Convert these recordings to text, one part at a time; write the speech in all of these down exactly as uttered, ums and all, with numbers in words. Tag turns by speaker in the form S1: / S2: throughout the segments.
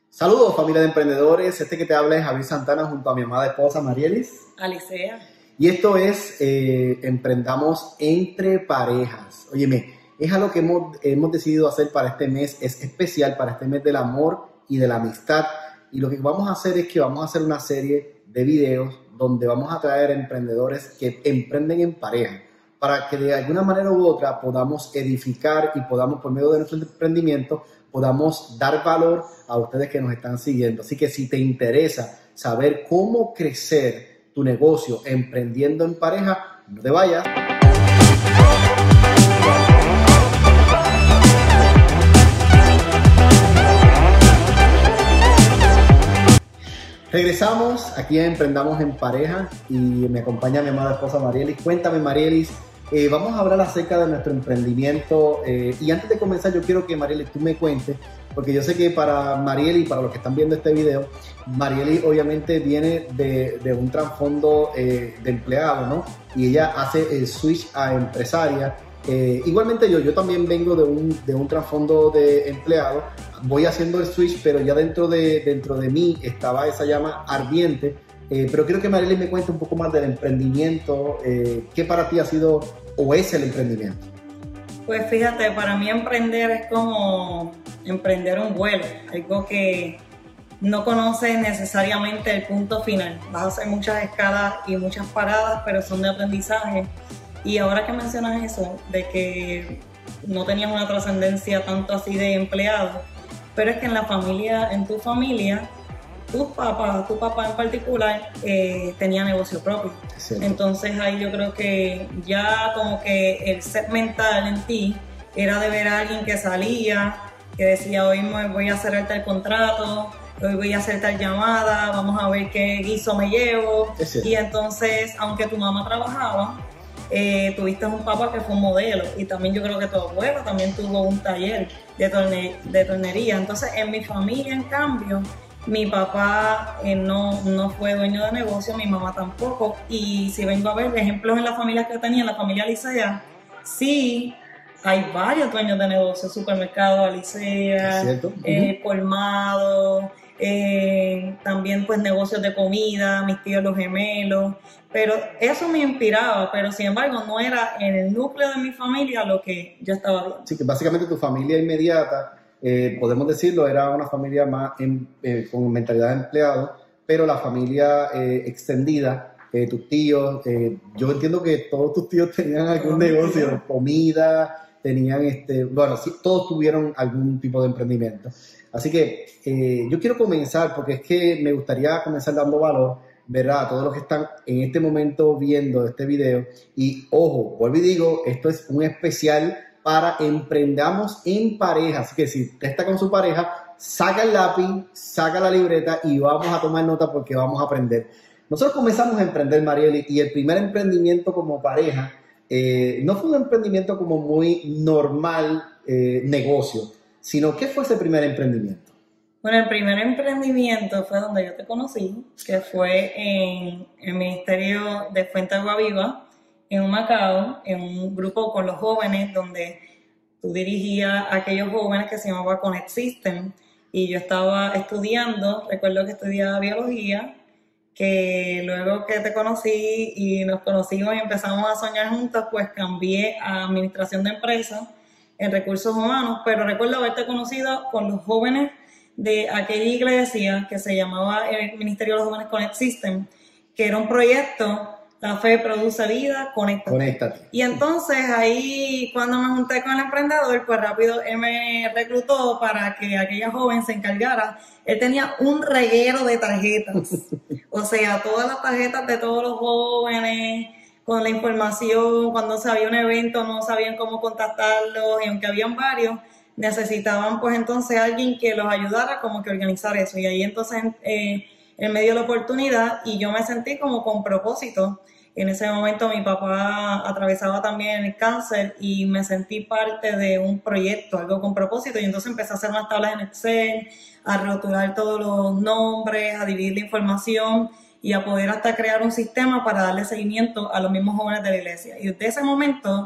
S1: Saludos familia de emprendedores, este que te habla es Javier Santana junto a mi amada esposa Marielis.
S2: Alicea.
S1: Y esto es eh, Emprendamos entre parejas. Óyeme, es algo que hemos, hemos decidido hacer para este mes, es especial para este mes del amor y de la amistad. Y lo que vamos a hacer es que vamos a hacer una serie de videos donde vamos a traer emprendedores que emprenden en pareja, para que de alguna manera u otra podamos edificar y podamos, por medio de nuestro emprendimiento, podamos dar valor a ustedes que nos están siguiendo. Así que si te interesa saber cómo crecer tu negocio emprendiendo en pareja, no te vayas. Regresamos aquí a Emprendamos en Pareja y me acompaña mi amada esposa Marielis. Cuéntame, Marielis, eh, vamos a hablar acerca de nuestro emprendimiento eh, y antes de comenzar yo quiero que Marielis tú me cuentes, porque yo sé que para Marielis, para los que están viendo este video, Marielis obviamente viene de, de un trasfondo eh, de empleado, ¿no? Y ella hace el switch a empresaria. Eh, igualmente yo, yo también vengo de un, de un trasfondo de empleado, voy haciendo el switch, pero ya dentro de, dentro de mí estaba esa llama ardiente, eh, pero quiero que Marielis me cuente un poco más del emprendimiento, eh, ¿qué para ti ha sido o es el emprendimiento?
S2: Pues fíjate, para mí emprender es como emprender un vuelo, algo que no conoces necesariamente el punto final, vas a hacer muchas escalas y muchas paradas, pero son de aprendizaje. Y ahora que mencionas eso, de que no tenías una trascendencia tanto así de empleado, pero es que en la familia, en tu familia, tus papás, tu papá en particular, eh, tenía negocio propio.
S1: Sí.
S2: Entonces ahí yo creo que ya como que el set mental en ti era de ver a alguien que salía, que decía hoy me voy a hacer tal contrato, hoy voy a hacer tal llamada, vamos a ver qué guiso me llevo. Y entonces, aunque tu mamá trabajaba, Eh, tuviste un papá que fue un modelo y también yo creo que tu abuelo también tuvo un taller de, torne de tornería. Entonces en mi familia, en cambio, mi papá eh, no, no fue dueño de negocio, mi mamá tampoco. Y si vengo a ver ejemplos en la familia que tenía, en la familia Alicea, sí hay varios dueños de negocio, supermercado Alicea, eh, uh-huh. colmado, eh, también pues negocios de comida, mis tíos los gemelos. Pero eso me inspiraba, pero sin embargo no era en el núcleo de mi familia lo que yo estaba viendo.
S1: Sí, que básicamente tu familia inmediata, eh, podemos decirlo, era una familia más en, eh, con mentalidad de empleado, pero la familia eh, extendida, eh, tus tíos, eh, yo entiendo que todos tus tíos tenían algún negocio, de comida, tenían, este, bueno, sí, todos tuvieron algún tipo de emprendimiento. Así que eh, yo quiero comenzar, porque es que me gustaría comenzar dando valor, ¿verdad? A todos los que están en este momento viendo este video. Y ojo, vuelvo y digo, esto es un especial para Emprendamos en Pareja. Así que si usted está con su pareja, saca el lápiz, saca la libreta y vamos a tomar nota porque vamos a aprender. Nosotros comenzamos a emprender, Marielis, y el primer emprendimiento como pareja eh, no fue un emprendimiento como muy normal eh, negocio, sino ¿qué fue ese primer emprendimiento?
S2: Bueno, el primer emprendimiento fue donde yo te conocí, que fue en el Ministerio de Fuente Agua Viva, en Humacao, en un grupo con los jóvenes, donde tú dirigías a aquellos jóvenes que se llamaba Connect System, y yo estaba estudiando, recuerdo que estudiaba biología, que luego que te conocí y nos conocimos y empezamos a soñar juntos, pues cambié a Administración de Empresas en Recursos Humanos, pero recuerdo haberte conocido con los jóvenes de aquella iglesia que se llamaba el Ministerio de los Jóvenes Connect System, que era un proyecto, La Fe Produce Vida, Conéctate. Conéctate. Y entonces ahí cuando me junté con el emprendedor, pues rápido él me reclutó para que aquella joven se encargara. Él tenía un reguero de tarjetas, o sea, todas las tarjetas de todos los jóvenes, con la información, cuando se había un evento no sabían cómo contactarlos, y aunque habían varios, necesitaban pues entonces alguien que los ayudara como que a organizar eso. Y ahí entonces eh, él me dio la oportunidad y yo me sentí como con propósito. En ese momento mi papá atravesaba también el cáncer y me sentí parte de un proyecto, algo con propósito. Y entonces empecé a hacer unas tablas en Excel, a rotular todos los nombres, a dividir la información y a poder hasta crear un sistema para darle seguimiento a los mismos jóvenes de la iglesia. Y desde ese momento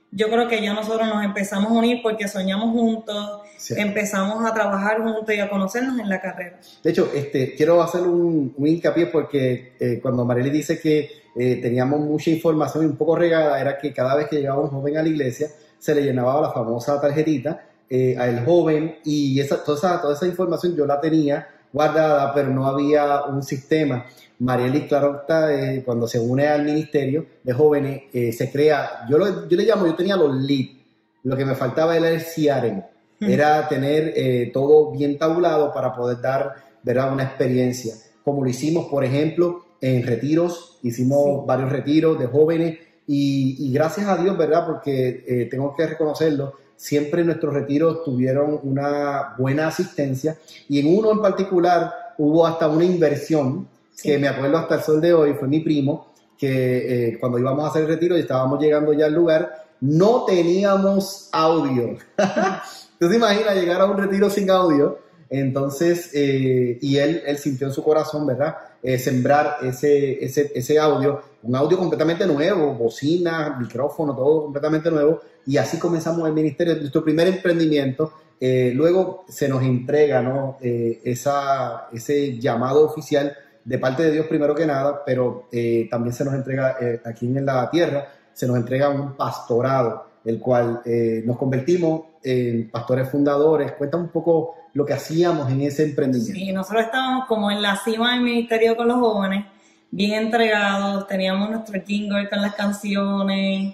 S2: yo creo que ya nosotros nos empezamos a unir porque soñamos juntos, sí. empezamos a trabajar juntos y a conocernos en la carrera.
S1: De hecho, este, quiero hacer un, un hincapié porque eh, cuando Marieli dice que eh, teníamos mucha información y un poco regada, era que cada vez que llegaba un joven a la iglesia, se le llenaba la famosa tarjetita eh, al joven y esa, toda, esa, toda esa información yo la tenía guardada, pero no había un sistema. Marieli, claro está, eh, cuando se une al ministerio de jóvenes, eh, se crea, yo, lo, yo le llamo, yo tenía los leads, lo que me faltaba era el C R M, mm. era tener eh, todo bien tabulado para poder dar, ¿verdad?, una experiencia, como lo hicimos, por ejemplo, en retiros, hicimos sí. varios retiros de jóvenes, y, y gracias a Dios, ¿verdad?, porque eh, tengo que reconocerlo, siempre nuestros retiros tuvieron una buena asistencia, y en uno en particular hubo hasta una inversión, sí. que me acuerdo hasta el sol de hoy, fue mi primo, que eh, cuando íbamos a hacer el retiro y estábamos llegando ya al lugar, no teníamos audio. ¿Tú te imaginas llegar a un retiro sin audio? Entonces, eh, y él, él sintió en su corazón, ¿verdad?, eh, sembrar ese, ese, ese audio, un audio completamente nuevo, bocina, micrófono, todo completamente nuevo, y así comenzamos el ministerio, nuestro primer emprendimiento. Eh, luego se nos entrega, ¿no?, eh, esa, ese llamado oficial de parte de Dios primero que nada, pero eh, también se nos entrega eh, aquí en la tierra, se nos entrega un pastorado, el cual eh, nos convertimos en pastores fundadores. Cuenta un poco lo que hacíamos en ese emprendimiento.
S2: Sí, nosotros estábamos como en la cima del ministerio con los jóvenes, bien entregados, teníamos nuestro jingle con las canciones,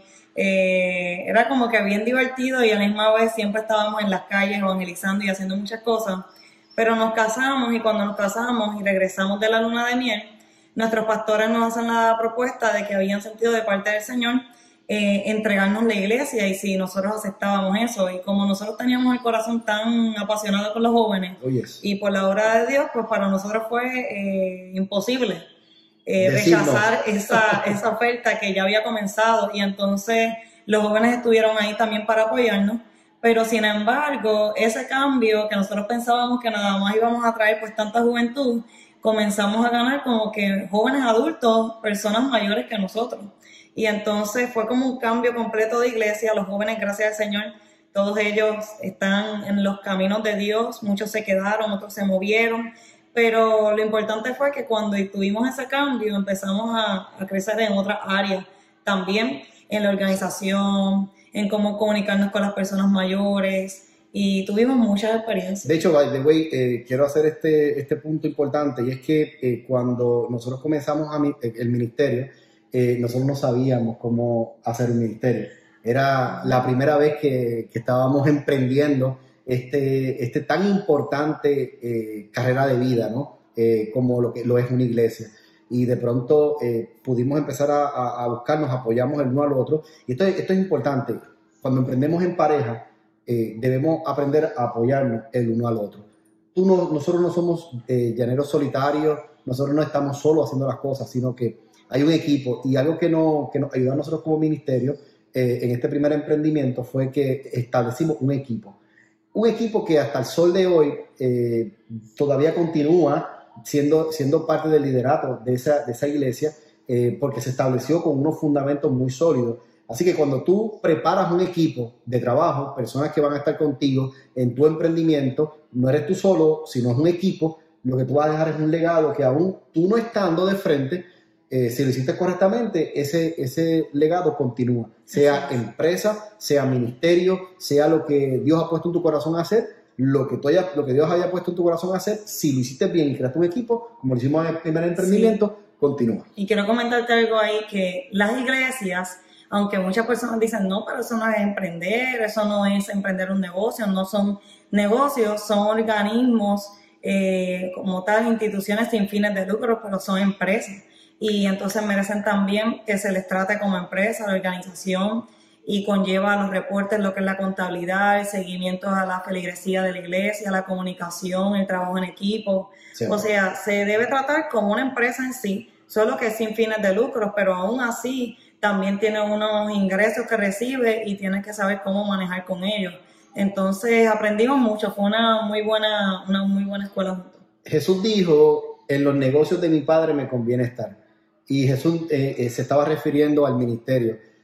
S2: eh, era como que bien divertido y a la misma vez siempre estábamos en las calles evangelizando y haciendo muchas cosas. Pero nos casamos y cuando nos casamos y regresamos de la luna de miel, nuestros pastores nos hacen la propuesta de que habían sentido de parte del Señor eh, entregarnos la iglesia y si nosotros aceptábamos eso. Y como nosotros teníamos el corazón tan apasionado con los jóvenes oh, yes. y por la obra de Dios, pues para nosotros fue eh, imposible eh, rechazar esa, esa oferta que ya había comenzado. Y entonces los jóvenes estuvieron ahí también para apoyarnos. Pero sin embargo, ese cambio que nosotros pensábamos que nada más íbamos a traer pues tanta juventud, comenzamos a ganar como que jóvenes adultos, personas mayores que nosotros. Y entonces fue como un cambio completo de iglesia. Los jóvenes, gracias al Señor, todos ellos están en los caminos de Dios, muchos se quedaron, otros se movieron. Pero lo importante fue que cuando tuvimos ese cambio empezamos a, a crecer en otras áreas, también en la organización, en cómo comunicarnos con las personas mayores y tuvimos muchas experiencias.
S1: De hecho, by the way, eh, quiero hacer este, este punto importante y es que eh, cuando nosotros comenzamos a mi, el ministerio, eh, nosotros no sabíamos cómo hacer un ministerio. Era la primera vez que, que estábamos emprendiendo este, este tan importante eh, carrera de vida, ¿no? Eh, como lo que lo es una iglesia. Y de pronto eh, pudimos empezar a, a, a buscar, nos apoyamos el uno al otro. Y esto, esto es importante. Cuando emprendemos en pareja, eh, debemos aprender a apoyarnos el uno al otro. Tú no, nosotros no somos eh, llaneros solitarios, nosotros no estamos solos haciendo las cosas, sino que hay un equipo. Y algo que, no, que nos ayudó a nosotros como ministerio eh, en este primer emprendimiento fue que establecimos un equipo. Un equipo que hasta el sol de hoy eh, todavía continúa Siendo, siendo parte del liderato de esa, de esa iglesia, eh, porque se estableció con unos fundamentos muy sólidos. Así que cuando tú preparas un equipo de trabajo, personas que van a estar contigo en tu emprendimiento, no eres tú solo, sino es un equipo, lo que tú vas a dejar es un legado que aún tú no estando de frente, eh, si lo hiciste correctamente, ese, ese legado continúa. Sea empresa, sea ministerio, sea lo que Dios ha puesto en tu corazón a hacer, Lo que, tú haya, lo que Dios haya puesto en tu corazón a hacer, si lo hiciste bien y creaste un equipo, como lo hicimos en el primer emprendimiento, sí. continúa.
S2: Y quiero comentarte algo ahí, que las iglesias, aunque muchas personas dicen, no, pero eso no es emprender, eso no es emprender un negocio, no son negocios, son organismos eh, como tal, instituciones sin fines de lucro, pero son empresas. Y entonces merecen también que se les trate como empresa, la organización, y conlleva los reportes, lo que es la contabilidad, el seguimiento a la feligresía de la iglesia, la comunicación, el trabajo en equipo. Sí. O sea, se debe tratar como una empresa en sí, solo que sin fines de lucro, pero aún así también tiene unos ingresos que recibe y tiene que saber cómo manejar con ellos. Entonces aprendimos mucho, fue una muy buena, una muy buena escuela juntos.
S1: Jesús dijo, en los negocios de mi padre me conviene estar. Y Jesús eh, eh, se estaba refiriendo al ministerio.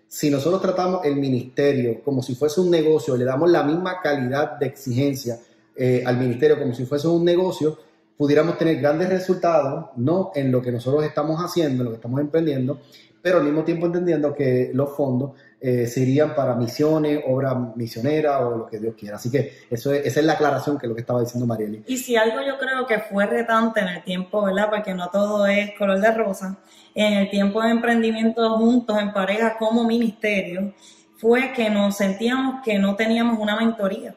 S1: Si nosotros tratamos el ministerio como si fuese un negocio, le damos la misma calidad de exigencia eh, al ministerio como si fuese un negocio, pudiéramos tener grandes resultados, no en lo que nosotros estamos haciendo, en lo que estamos emprendiendo, pero al mismo tiempo entendiendo que los fondos eh, se irían para misiones, obras misioneras o lo que Dios quiera. Así que eso es, esa es la aclaración que es lo que estaba diciendo Marieli.
S2: Y si algo yo creo que fue retante en el tiempo, ¿verdad? Porque no todo es color de rosa. En el tiempo de emprendimiento juntos, en pareja, como ministerio, fue que nos sentíamos que no teníamos una mentoría.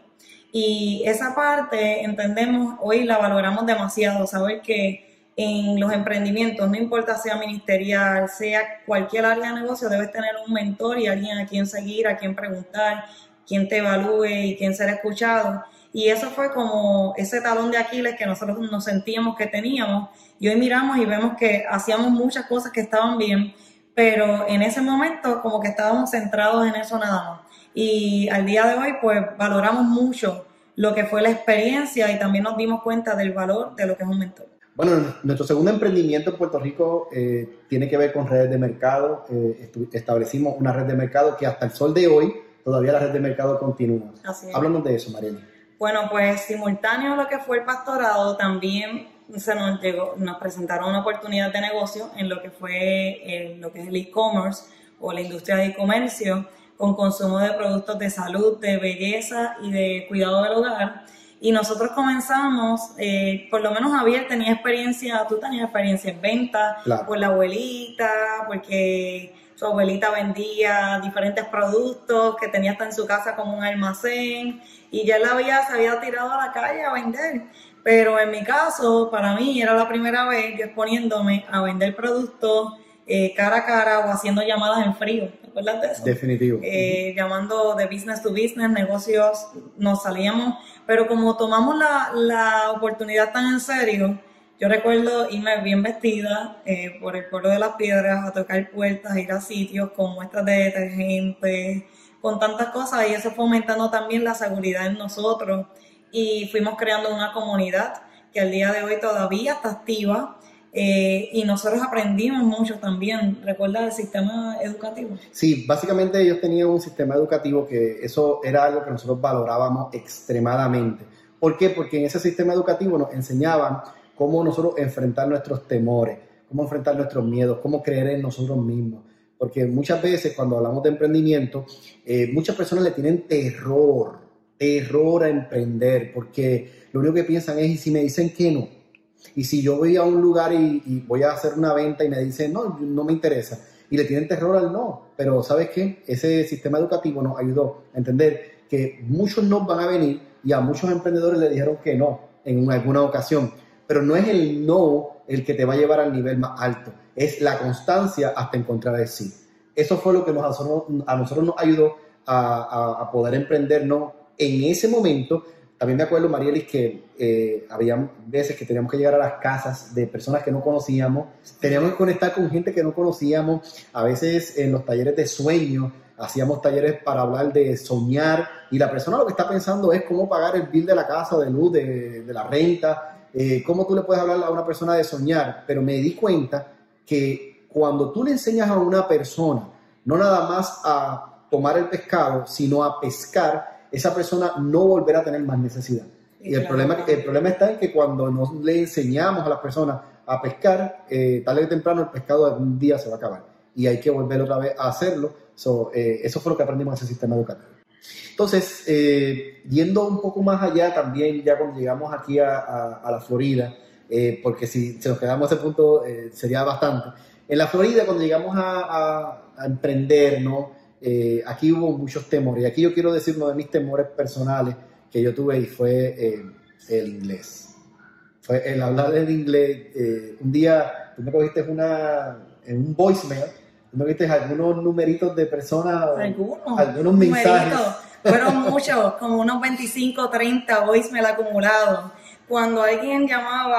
S2: Y esa parte, entendemos, hoy la valoramos demasiado, saber que en los emprendimientos, no importa sea ministerial, sea cualquier área de negocio, debes tener un mentor y alguien a quien seguir, a quien preguntar, quien te evalúe y quien ser escuchado. Y eso fue como ese talón de Aquiles que nosotros nos sentíamos que teníamos. Y hoy miramos y vemos que hacíamos muchas cosas que estaban bien, pero en ese momento como que estábamos centrados en eso nada más. Y al día de hoy pues valoramos mucho lo que fue la experiencia y también nos dimos cuenta del valor de lo que es un mentor.
S1: Bueno, nuestro segundo emprendimiento en Puerto Rico eh, tiene que ver con redes de mercado. Eh, establecimos una red de mercado que hasta el sol de hoy todavía la red de mercado continúa.
S2: Así es.
S1: Háblanos de eso, Marieli.
S2: Bueno, pues simultáneo a lo que fue el pastorado, también se nos llegó, nos presentaron una oportunidad de negocio en lo que fue el, lo que es el e-commerce o la industria de e-comercio con consumo de productos de salud, de belleza y de cuidado del hogar. Y nosotros comenzamos, eh, por lo menos Javier tenía experiencia, tú tenías experiencia en venta,
S1: claro,
S2: por la abuelita, porque su abuelita vendía diferentes productos que tenía hasta en su casa como un almacén y ya él había, se había tirado a la calle a vender. Pero en mi caso, para mí era la primera vez yo exponiéndome a vender productos eh, cara a cara o haciendo llamadas en frío. ¿Te acuerdas de eso?
S1: Definitivo.
S2: Eh, uh-huh. Llamando de business to business, negocios, nos salíamos. Pero como tomamos la, la oportunidad tan en serio, yo recuerdo irme bien vestida eh, por el pueblo de Las Piedras a tocar puertas, a ir a sitios con muestras de detergente, con tantas cosas, y eso fue aumentando también la seguridad en nosotros. Y fuimos creando una comunidad que al día de hoy todavía está activa eh, y nosotros aprendimos mucho también. ¿Recuerdas el sistema educativo?
S1: Sí, básicamente ellos tenían un sistema educativo que eso era algo que nosotros valorábamos extremadamente. ¿Por qué? Porque en ese sistema educativo nos enseñaban cómo nosotros enfrentar nuestros temores, cómo enfrentar nuestros miedos, cómo creer en nosotros mismos. Porque muchas veces cuando hablamos de emprendimiento, eh, muchas personas le tienen terror, terror a emprender, porque lo único que piensan es, ¿y si me dicen que no? Y si yo voy a un lugar y, y voy a hacer una venta y me dicen, no, no me interesa, y le tienen terror al no. Pero ¿sabes qué? Ese sistema educativo nos ayudó a entender que muchos no van a venir y a muchos emprendedores le dijeron que no en alguna ocasión. Pero no es el no el que te va a llevar al nivel más alto, es la constancia hasta encontrar el sí. Eso fue lo que nos, a nosotros nos ayudó a, a, a poder emprendernos en ese momento. También me acuerdo, Marielis, que eh, había veces que teníamos que llegar a las casas de personas que no conocíamos, teníamos que conectar con gente que no conocíamos, a veces en los talleres de sueño, hacíamos talleres para hablar de soñar, y la persona lo que está pensando es cómo pagar el bill de la casa, de luz, de, de la renta, eh, cómo tú le puedes hablar a una persona de soñar. Pero me di cuenta que cuando tú le enseñas a una persona, no nada más a tomar el pescado, sino a pescar, esa persona no volverá a tener más necesidad. Y el, claro, problema, el problema está en que cuando nos le enseñamos a las personas a pescar, eh, tarde o temprano el pescado algún día se va a acabar. Y hay que volver otra vez a hacerlo. So, eh, eso fue lo que aprendimos en ese sistema educativo. Entonces, eh, yendo un poco más allá también, ya cuando llegamos aquí a, a, a la Florida, eh, porque si, si nos quedamos a ese punto eh, sería bastante. En la Florida, cuando llegamos a, a, a emprender, ¿no? Eh, aquí hubo muchos temores. Y aquí yo quiero decir uno de mis temores personales que yo tuve y fue eh, el inglés. Fue el hablar el inglés. Eh, un día tú me cogiste una, en un voicemail, tú me cogiste algunos numeritos de personas,
S2: algunos,
S1: algunos mensajes.
S2: Fueron muchos, como unos veinticinco, treinta voicemail acumulados. Cuando alguien llamaba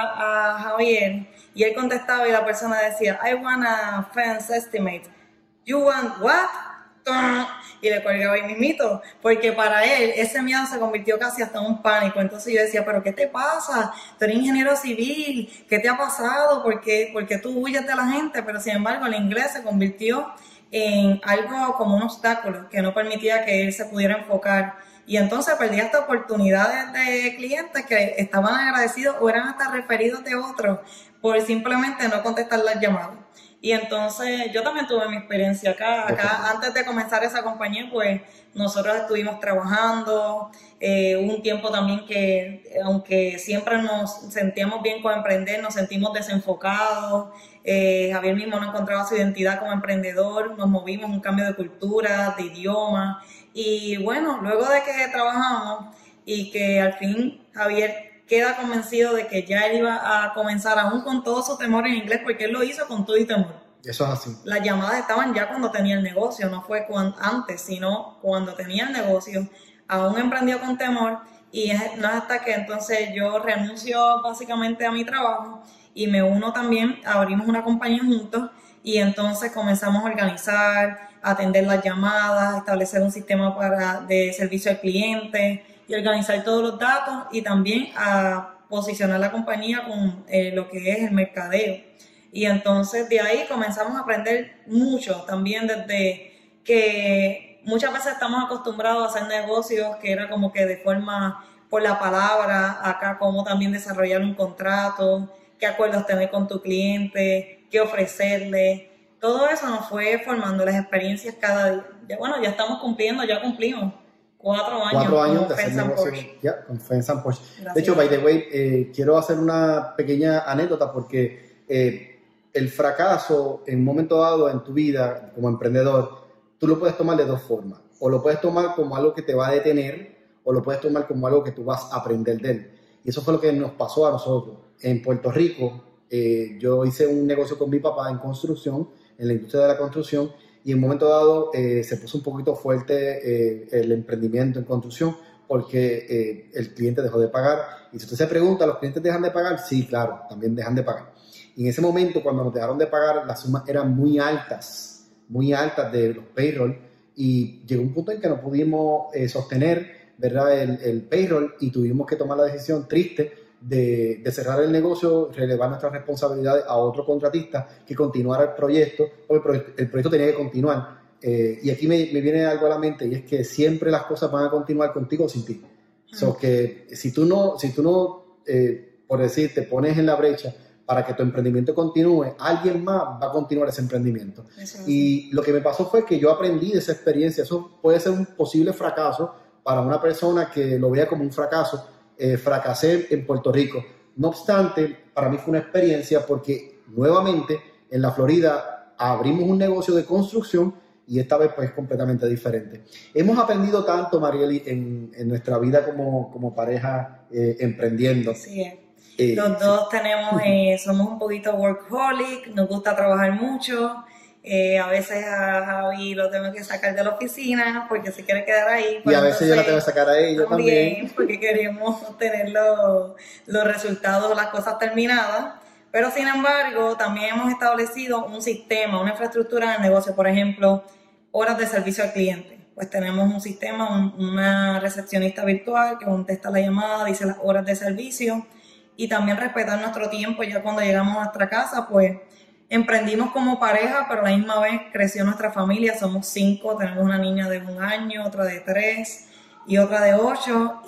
S2: a, a Javier y él contestaba y la persona decía, I want a fence estimate. You want what? Y le colgaba ahí mismito, porque para él ese miedo se convirtió casi hasta en un pánico. Entonces yo decía, pero ¿qué te pasa? Tú eres ingeniero civil, ¿qué te ha pasado? ¿Por qué, ¿Por qué tú huyes de la gente? Pero sin embargo el inglés se convirtió en algo como un obstáculo que no permitía que él se pudiera enfocar. Y entonces perdía hasta oportunidades de clientes que estaban agradecidos o eran hasta referidos de otros por simplemente no contestar las llamadas. Y entonces yo también tuve mi experiencia acá. Acá antes de comenzar esa compañía, pues nosotros estuvimos trabajando. Eh, hubo un tiempo también que, aunque siempre nos sentíamos bien con emprender, nos sentimos desenfocados. Eh, Javier mismo no encontraba su identidad como emprendedor. Nos movimos, un cambio de cultura, de idioma. Y bueno, luego de que trabajamos y que al fin Javier queda convencido de que ya él iba a comenzar, aún con todo su temor en inglés, porque él lo hizo con todo y temor.
S1: Eso es así.
S2: Las llamadas estaban ya cuando tenía el negocio, no fue cuando, antes, sino cuando tenía el negocio. Aún emprendió con temor y es, no es hasta que entonces yo renuncio básicamente a mi trabajo y me uno también, abrimos una compañía juntos y entonces comenzamos a organizar, a atender las llamadas, establecer un sistema para, de servicio al cliente y organizar todos los datos y también a posicionar la compañía con eh, lo que es el mercadeo. Y entonces de ahí comenzamos a aprender mucho también desde que muchas veces estamos acostumbrados a hacer negocios que era como que de forma por la palabra, acá cómo también desarrollar un contrato, qué acuerdos tener con tu cliente, qué ofrecerle. Todo eso nos fue formando las experiencias cada día. Ya, bueno, ya estamos cumpliendo, ya cumplimos. Cuatro años,
S1: Cuatro años
S2: con
S1: de hacer negocio ya, con Fence and Porsche.
S2: Gracias.
S1: De hecho, by the way, eh, quiero hacer una pequeña anécdota porque eh, el fracaso en un momento dado en tu vida como emprendedor, tú lo puedes tomar de dos formas. O lo puedes tomar como algo que te va a detener o lo puedes tomar como algo que tú vas a aprender de él. Y eso fue lo que nos pasó a nosotros. En Puerto Rico, eh, yo hice un negocio con mi papá en construcción, en la industria de la construcción, y en un momento dado eh, se puso un poquito fuerte eh, el emprendimiento en construcción porque eh, el cliente dejó de pagar. Y si usted se pregunta, ¿los clientes dejan de pagar? Sí, claro, también dejan de pagar. Y en ese momento, cuando nos dejaron de pagar, las sumas eran muy altas, muy altas de los payroll, y llegó un punto en que no pudimos eh, sostener, ¿verdad?, el, el payroll, y tuvimos que tomar la decisión triste De, de cerrar el negocio, relevar nuestras responsabilidades a otro contratista que continuara el proyecto, porque el proyecto, el proyecto tenía que continuar. Eh, y aquí me, me viene algo a la mente, y es que siempre las cosas van a continuar contigo o sin ti. Mm. So que si tú no, si tú no eh, por decir, te pones en la brecha para que tu emprendimiento continúe, alguien más va a continuar ese emprendimiento. Eso y es. Lo que me pasó fue que yo aprendí de esa experiencia. Eso puede ser un posible fracaso para una persona que lo vea como un fracaso. Eh, fracasé en Puerto Rico. No obstante, para mí fue una experiencia porque nuevamente en la Florida abrimos un negocio de construcción y esta vez pues completamente diferente. Hemos aprendido tanto, Marieli, en, en nuestra vida como, como pareja eh, emprendiendo.
S2: Sí, eh, los dos sí. tenemos, eh, somos un poquito workaholic, nos gusta trabajar mucho. Eh, a veces a Javi lo tengo que sacar de la oficina porque se quiere quedar ahí.
S1: Y a veces yo la tengo que sacar a ella también, también.
S2: Porque queremos tener los, los resultados, las cosas terminadas. Pero sin embargo, también hemos establecido un sistema, una infraestructura en el negocio. Por ejemplo, horas de servicio al cliente. Pues tenemos un sistema, un, una recepcionista virtual que contesta la llamada, dice las horas de servicio. Y también respetar nuestro tiempo. Ya cuando llegamos a nuestra casa, pues emprendimos como pareja, pero a la misma vez creció nuestra familia. Somos cinco, tenemos una niña de un año, otra de tres y otra de ocho.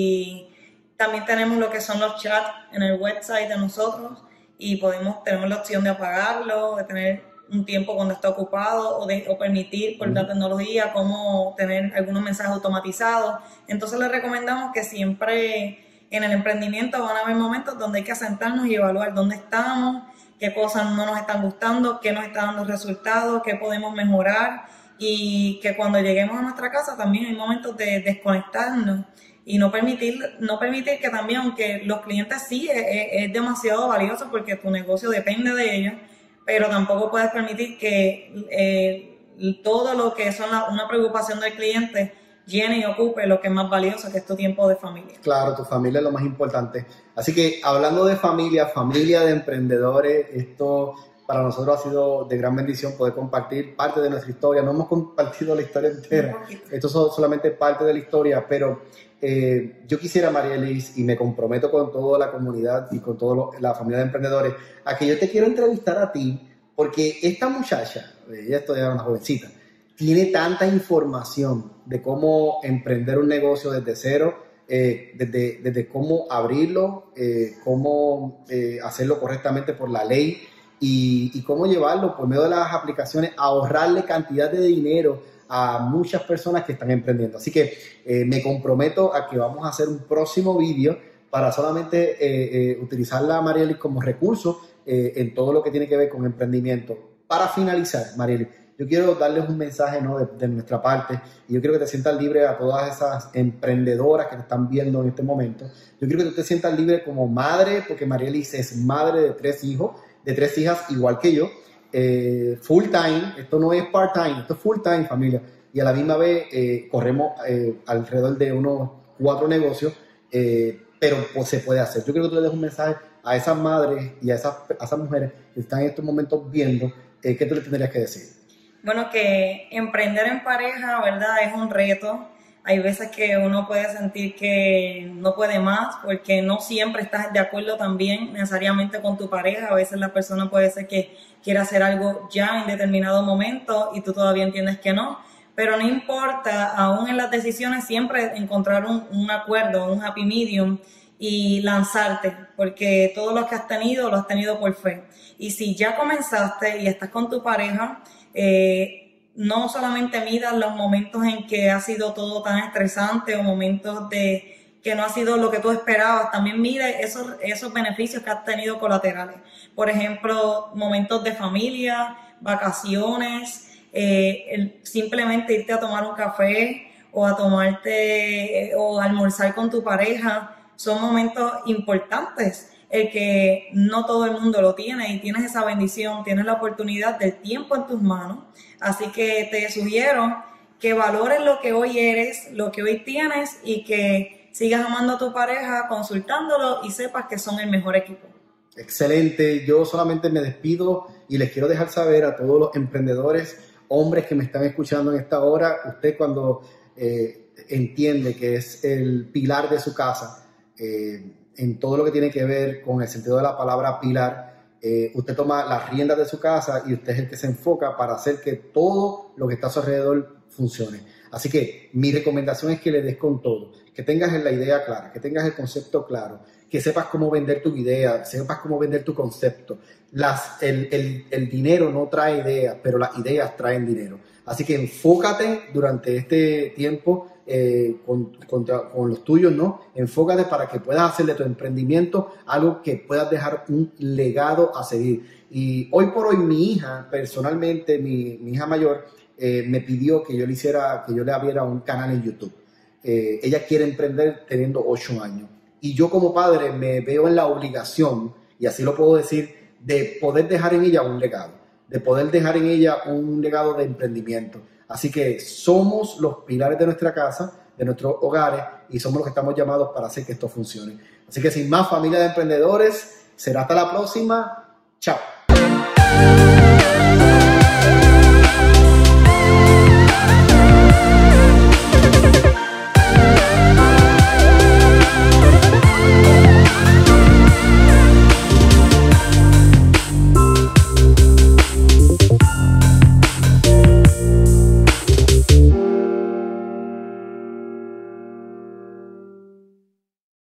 S2: Y también tenemos lo que son los chats en el website de nosotros y podemos tenemos la opción de apagarlo, de tener un tiempo cuando está ocupado o, de, o permitir por la tecnología como tener algunos mensajes automatizados. Entonces les recomendamos que siempre en el emprendimiento van a haber momentos donde hay que sentarnos y evaluar dónde estamos, qué cosas no nos están gustando, qué nos está dando resultados, qué podemos mejorar y que cuando lleguemos a nuestra casa también hay momentos de desconectarnos y no permitir, no permitir que también, aunque los clientes sí es, es, es demasiado valioso porque tu negocio depende de ellos, pero tampoco puedes permitir que eh, todo lo que son la, una preocupación del cliente llene y ocupe lo que es más valioso, que es tu tiempo de familia.
S1: Claro, tu familia es lo más importante. Así que hablando de familia, familia de emprendedores, esto para nosotros ha sido de gran bendición poder compartir parte de nuestra historia. No hemos compartido la historia entera, esto es solamente parte de la historia, pero eh, yo quisiera, Marielis, y me comprometo con toda la comunidad y con toda la familia de emprendedores, a que yo te quiero entrevistar a ti porque esta muchacha, ella es todavía una jovencita, tiene tanta información de cómo emprender un negocio desde cero, eh, desde, desde cómo abrirlo, eh, cómo eh, hacerlo correctamente por la ley y, y cómo llevarlo por medio de las aplicaciones, ahorrarle cantidad de dinero a muchas personas que están emprendiendo. Así que eh, me comprometo a que vamos a hacer un próximo vídeo para solamente eh, eh, utilizarla a Marielis como recurso eh, en todo lo que tiene que ver con emprendimiento. Para finalizar, Marielis, yo quiero darles un mensaje, ¿no?, de, de nuestra parte, y yo quiero que te sientas libre a todas esas emprendedoras que te están viendo en este momento. Yo quiero que tú te sientas libre como madre, porque Marielis es madre de tres hijos, de tres hijas igual que yo, eh, full time. Esto no es part time, esto es full time, familia, y a la misma vez eh, corremos eh, alrededor de unos cuatro negocios, eh, pero pues, se puede hacer. Yo quiero que tú le des un mensaje a esas madres y a esas, a esas mujeres que están en estos momentos viendo, eh, ¿qué tú le tendrías que decir?
S2: Bueno, que emprender en pareja, ¿verdad?, es un reto. Hay veces que uno puede sentir que no puede más porque no siempre estás de acuerdo también necesariamente con tu pareja. A veces la persona puede ser que quiera hacer algo ya en determinado momento y tú todavía entiendes que no. Pero no importa, aún en las decisiones siempre encontrar un, un acuerdo, un happy medium y lanzarte, porque todo lo que has tenido lo has tenido por fe. Y si ya comenzaste y estás con tu pareja, eh, no solamente midas los momentos en que ha sido todo tan estresante o momentos de que no ha sido lo que tú esperabas, también mide esos, esos beneficios que has tenido colaterales. Por ejemplo, momentos de familia, vacaciones, eh, el, simplemente irte a tomar un café o a tomarte eh, o almorzar con tu pareja, son momentos importantes. El que no todo el mundo lo tiene y tienes esa bendición, tienes la oportunidad del tiempo en tus manos. Así que te sugiero que valores lo que hoy eres, lo que hoy tienes y que sigas amando a tu pareja, consultándolo y sepas que son el mejor equipo.
S1: Excelente. Yo solamente me despido y les quiero dejar saber a todos los emprendedores, hombres que me están escuchando en esta hora, usted cuando eh, entiende que es el pilar de su casa, eh, en todo lo que tiene que ver con el sentido de la palabra pilar, eh, usted toma las riendas de su casa y usted es el que se enfoca para hacer que todo lo que está a su alrededor funcione. Así que mi recomendación es que le des con todo, que tengas la idea clara, que tengas el concepto claro, que sepas cómo vender tu idea, sepas cómo vender tu concepto. Las, el, el, el dinero no trae ideas, pero las ideas traen dinero. Así que enfócate durante este tiempo eh, con, con, con los tuyos, ¿no? Enfócate para que puedas hacer de tu emprendimiento algo que puedas dejar un legado a seguir. Y hoy por hoy mi hija, personalmente, mi, mi hija mayor, eh, me pidió que yo le hiciera, que yo le abriera un canal en YouTube. Eh, ella quiere emprender teniendo ocho años. Y yo como padre me veo en la obligación, y así lo puedo decir, de poder dejar en ella un legado, de poder dejar en ella un legado de emprendimiento. Así que somos los pilares de nuestra casa, de nuestros hogares, y somos los que estamos llamados para hacer que esto funcione. Así que sin más, familia de emprendedores, será hasta la próxima. Chao.